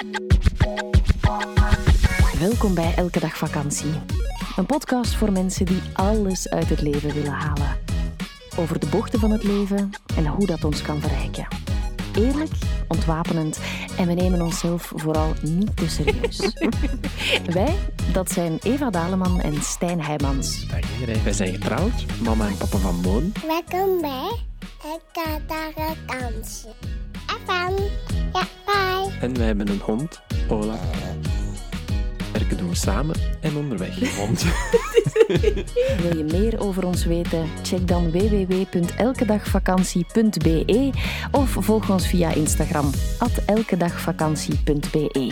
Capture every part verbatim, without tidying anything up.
Welkom bij Elke Dag Vakantie. Een podcast voor mensen die alles uit het leven willen halen. Over de bochten van het leven en hoe dat ons kan verrijken. Eerlijk, ontwapenend en we nemen onszelf vooral niet te serieus. Wij, dat zijn Eva Daleman en Stijn Heijmans. Dag iedereen, wij zijn getrouwd, mama en papa van Moon. Welkom bij Elke Dag Vakantie. F M, ja, bye. En wij hebben een hond, Ola. Werken doen we samen en onderweg een hond. Wil je meer over ons weten? Check dan w w w punt elkedagvakantie punt b e of volg ons via Instagram, at elkedagvakantie punt b e.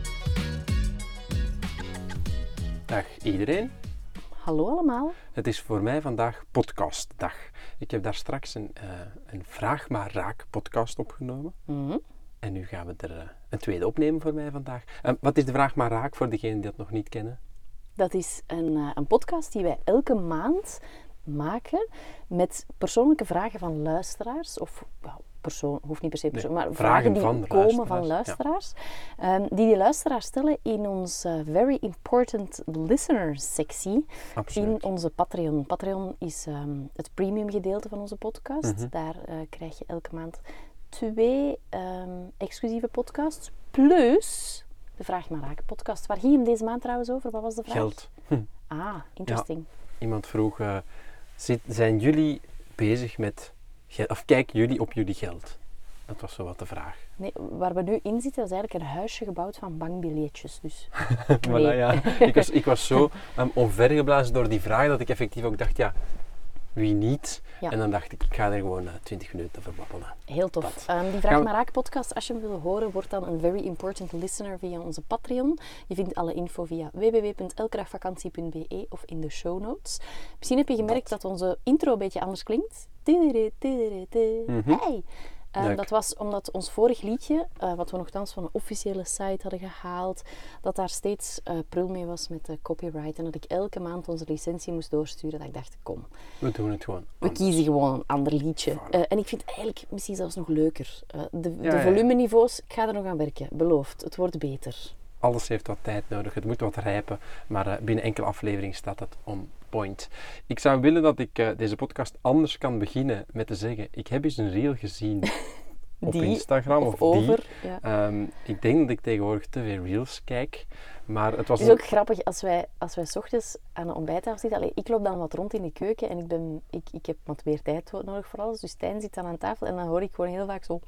Dag iedereen. Hallo allemaal. Het is voor mij vandaag podcastdag. Ik heb daar straks een, uh, een Vraag maar Raak podcast opgenomen. Mm-hmm. En nu gaan we er uh, een tweede opnemen voor mij vandaag. Uh, wat is de Vraag maar Raak voor degenen die dat nog niet kennen? Dat is een, uh, een podcast die wij elke maand maken met persoonlijke vragen van luisteraars. Of well, persoon, hoeft niet per se persoon, nee, maar vragen, vragen die van komen van luisteraars. Ja. Um, die die luisteraars stellen in onze Very Important Listener sectie. Absoluut. In onze Patreon. Patreon is um, het premium gedeelte van onze podcast. Mm-hmm. Daar uh, krijg je elke maand twee um, exclusieve podcasts. Plus de Vraag maar Raak podcast. Waar ging hem deze maand trouwens over? Wat was de vraag? Geld. Hm. Ah, interesting. Ja, iemand vroeg, uh, zit, zijn jullie bezig met geld? Of kijken jullie op jullie geld? Dat was zo wat de vraag. Nee, waar we nu in zitten, is eigenlijk een huisje gebouwd van bankbiljetjes. Dus. Voilà, Nee. ja. ik, was, ik was zo um, omvergeblazen door die vraag dat ik effectief ook dacht, ja, wie niet? Ja. En dan dacht ik, ik ga er gewoon uh, twintig minuten over babbelen. Heel tof. Dat. Um, die Vraag Gaan maar Raak podcast, als je hem wil horen, wordt dan een very important listener via onze Patreon. Je vindt alle info via w w w punt elkedagvakantie punt b e of in de show notes. Misschien heb je gemerkt dat, dat onze intro een beetje anders klinkt. Mm-hmm. Hey! Um, Leuk. dat was omdat ons vorig liedje, uh, wat we nogthans van een officiële site hadden gehaald, dat daar steeds uh, prul mee was met de copyright en dat ik elke maand onze licentie moest doorsturen. Dat ik dacht, kom, We doen het gewoon we anders. kiezen gewoon een ander liedje. Voilà. Uh, en ik vind het eigenlijk misschien zelfs nog leuker. Uh, de Ja, de ja. volumeniveaus, ik ga er nog aan werken, beloofd. Het wordt beter. Alles heeft wat tijd nodig, het moet wat rijpen, maar uh, binnen enkele afleveringen staat het on point. Ik zou willen dat ik uh, deze podcast anders kan beginnen met te zeggen, ik heb eens een reel gezien op Die, Instagram of, of, over. die. Ja. Um, ik denk dat ik tegenwoordig te veel reels kijk, maar het was... Het is ook grappig, als wij, als wij 's ochtends aan de ontbijttafel zitten, allee, ik loop dan wat rond in de keuken en ik, ben, ik, ik heb wat meer tijd nodig voor alles, dus Stijn zit dan aan tafel en dan hoor ik gewoon heel vaak zo...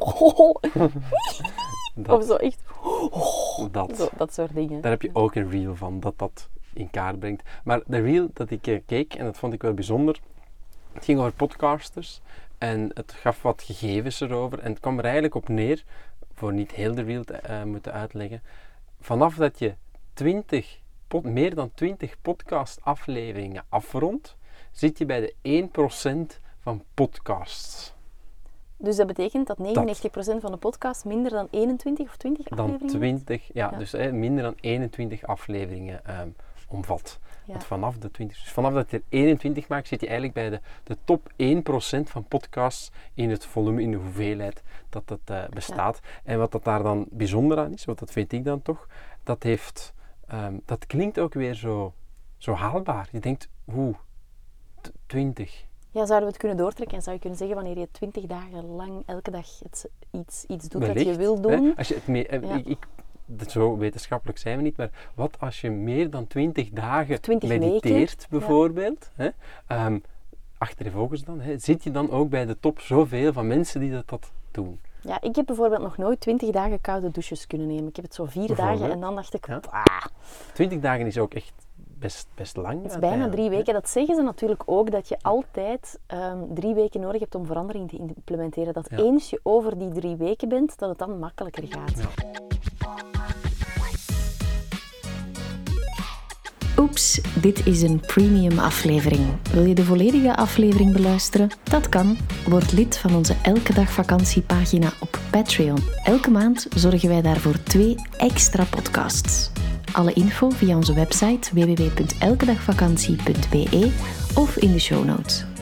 dat, of zo echt... dat. Zo, dat soort dingen. Daar heb je ook een reel van, dat dat in kaart brengt. Maar de reel dat ik uh, keek, en dat vond ik wel bijzonder, het ging over podcasters en het gaf wat gegevens erover en het kwam er eigenlijk op neer, voor niet heel de reel te uh, moeten uitleggen, vanaf dat je twintig, pod, meer dan twintig podcast afleveringen afrondt, zit je bij de één procent van podcasts. Dus dat betekent dat negenennegentig procent van de podcast minder dan eenentwintig of twintig Dan afleveringen twintig, ja, Ja. dus eh, minder dan eenentwintig afleveringen um, omvat. Ja. Want vanaf de twintig, dus vanaf dat je er eenentwintig maakt, zit je eigenlijk bij de, de top één procent van podcasts in het volume, in de hoeveelheid dat dat uh, bestaat. Ja. En wat dat daar dan bijzonder aan is, wat dat vind ik dan toch, dat heeft, um, dat klinkt ook weer zo, zo haalbaar. Je denkt, hoe, t- twintig. Ja, zouden we het kunnen doortrekken en zou je kunnen zeggen wanneer je twintig dagen lang elke dag het, iets, iets doet Wellicht, dat je wil doen. Hè? Als je het mee, eh, Ja. ik, ik, dat zo wetenschappelijk zijn we niet, maar wat als je meer dan twintig dagen twintig mediteert weken, bijvoorbeeld, hè? Um, achtereenvolgens dan, hè? Zit je dan ook bij de top zoveel van mensen die dat, dat doen? Ja, ik heb bijvoorbeeld nog nooit twintig dagen koude douches kunnen nemen. Ik heb het zo vier dagen en dan dacht ik, Ja. "Pah." twintig dagen is ook echt best, best lang. Het is bijna drie weken. Dat zeggen ze natuurlijk ook, dat je altijd um, drie weken nodig hebt om verandering te implementeren. Dat Ja. eens je over die drie weken bent, dat het dan makkelijker gaat. Ja. Oeps, dit is een premium aflevering. Wil je de volledige aflevering beluisteren? Dat kan. Word lid van onze Elke Dag Vakantiepagina op Patreon. Elke maand zorgen wij daarvoor twee extra podcasts. Alle info via onze website w w w punt elkedagvakantie punt b e of in de show notes.